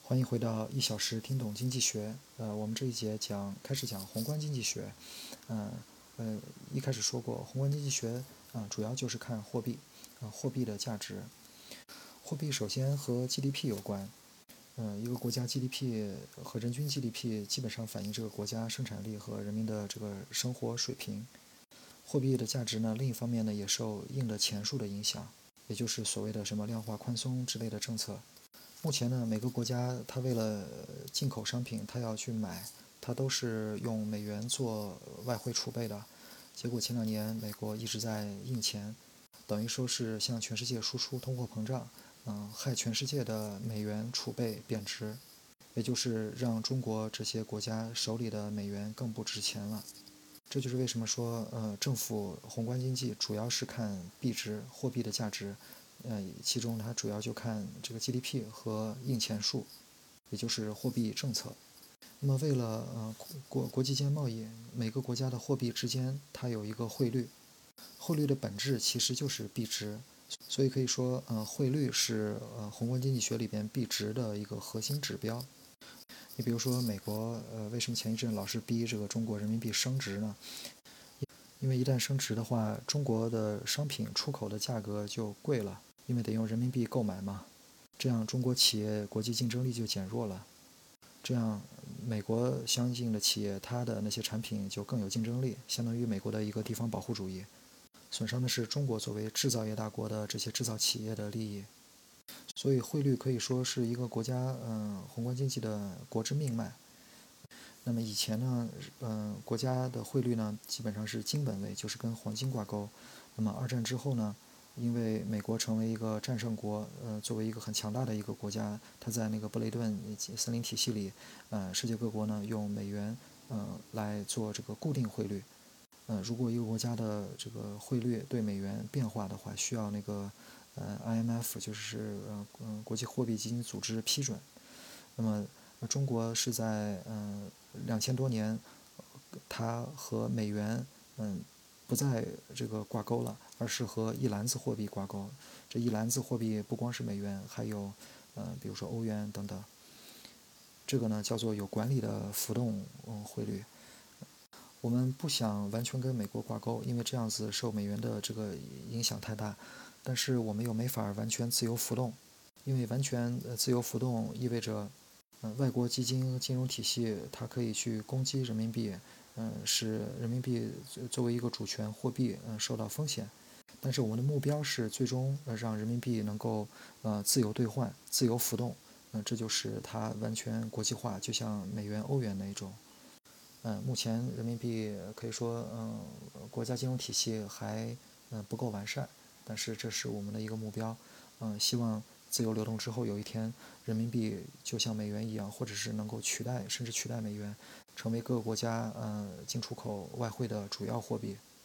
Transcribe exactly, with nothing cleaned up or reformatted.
欢迎回到一小时听懂经济学。呃，我们这一节讲开始讲宏观经济学。嗯呃，一开始说过，宏观经济学啊、呃，主要就是看货币啊、呃，货币的价值。货币首先和 G D P 有关。嗯、呃，一个国家 G D P 和人均 G D P 基本上反映这个国家生产力和人民的这个生活水平。货币的价值呢，另一方面呢，也受硬的钱数的影响，也就是所谓的什么量化宽松之类的政策。目前呢，每个国家它为了进口商品，它要去买，它都是用美元做外汇储备的。结果前两年美国一直在印钱，等于说是向全世界输出通货膨胀，嗯，害全世界的美元储备贬值，也就是让中国这些国家手里的美元更不值钱了。这就是为什么说，呃，政府宏观经济主要是看币值、货币的价值，呃，其中它主要就看这个 G D P 和印钱数，也就是货币政策。那么为了呃国国际间贸易，每个国家的货币之间它有一个汇率，汇率的本质其实就是币值，所以可以说，呃，汇率是呃宏观经济学里边币值的一个核心指标。你比如说美国，呃，为什么前一阵老是逼这个中国人民币升值呢？因为一旦升值的话，中国的商品出口的价格就贵了，因为得用人民币购买嘛。这样中国企业国际竞争力就减弱了。这样美国相应的企业，它的那些产品就更有竞争力，相当于美国的一个地方保护主义。损伤的是中国作为制造业大国的这些制造企业的利益。所以汇率可以说是一个国家嗯、呃、宏观经济的国之命脉。那么以前呢，嗯、呃，国家的汇率呢基本上是金本位，就是跟黄金挂钩。那么二战之后呢，因为美国成为一个战胜国，呃，作为一个很强大的一个国家，它在那个布雷顿森林体系里，呃，世界各国呢用美元，呃，来做这个固定汇率。呃，如果一个国家的这个汇率对美元变化的话，需要那个呃 I M F， 就是呃嗯国际货币基金组织批准。那么中国是在嗯两千多年，它和美元嗯不再这个挂钩了，而是和一篮子货币挂钩。这一篮子货币不光是美元，还有呃比如说欧元等等。这个呢叫做有管理的浮动嗯汇率。我们不想完全跟美国挂钩，因为这样子受美元的这个影响太大。但是我们又没法完全自由浮动，因为完全自由浮动意味着，呃，外国基金金融体系它可以去攻击人民币，嗯、呃，使人民币作为一个主权货币，嗯、呃，受到风险。但是我们的目标是最终呃让人民币能够呃自由兑换、自由浮动，嗯、呃，这就是它完全国际化，就像美元、欧元那一种。嗯，目前人民币可以说，嗯，国家金融体系还嗯不够完善，但是这是我们的一个目标。嗯，希望自由流动之后，有一天人民币就像美元一样，或者是能够取代甚至取代美元，成为各个国家嗯进出口外汇的主要货币。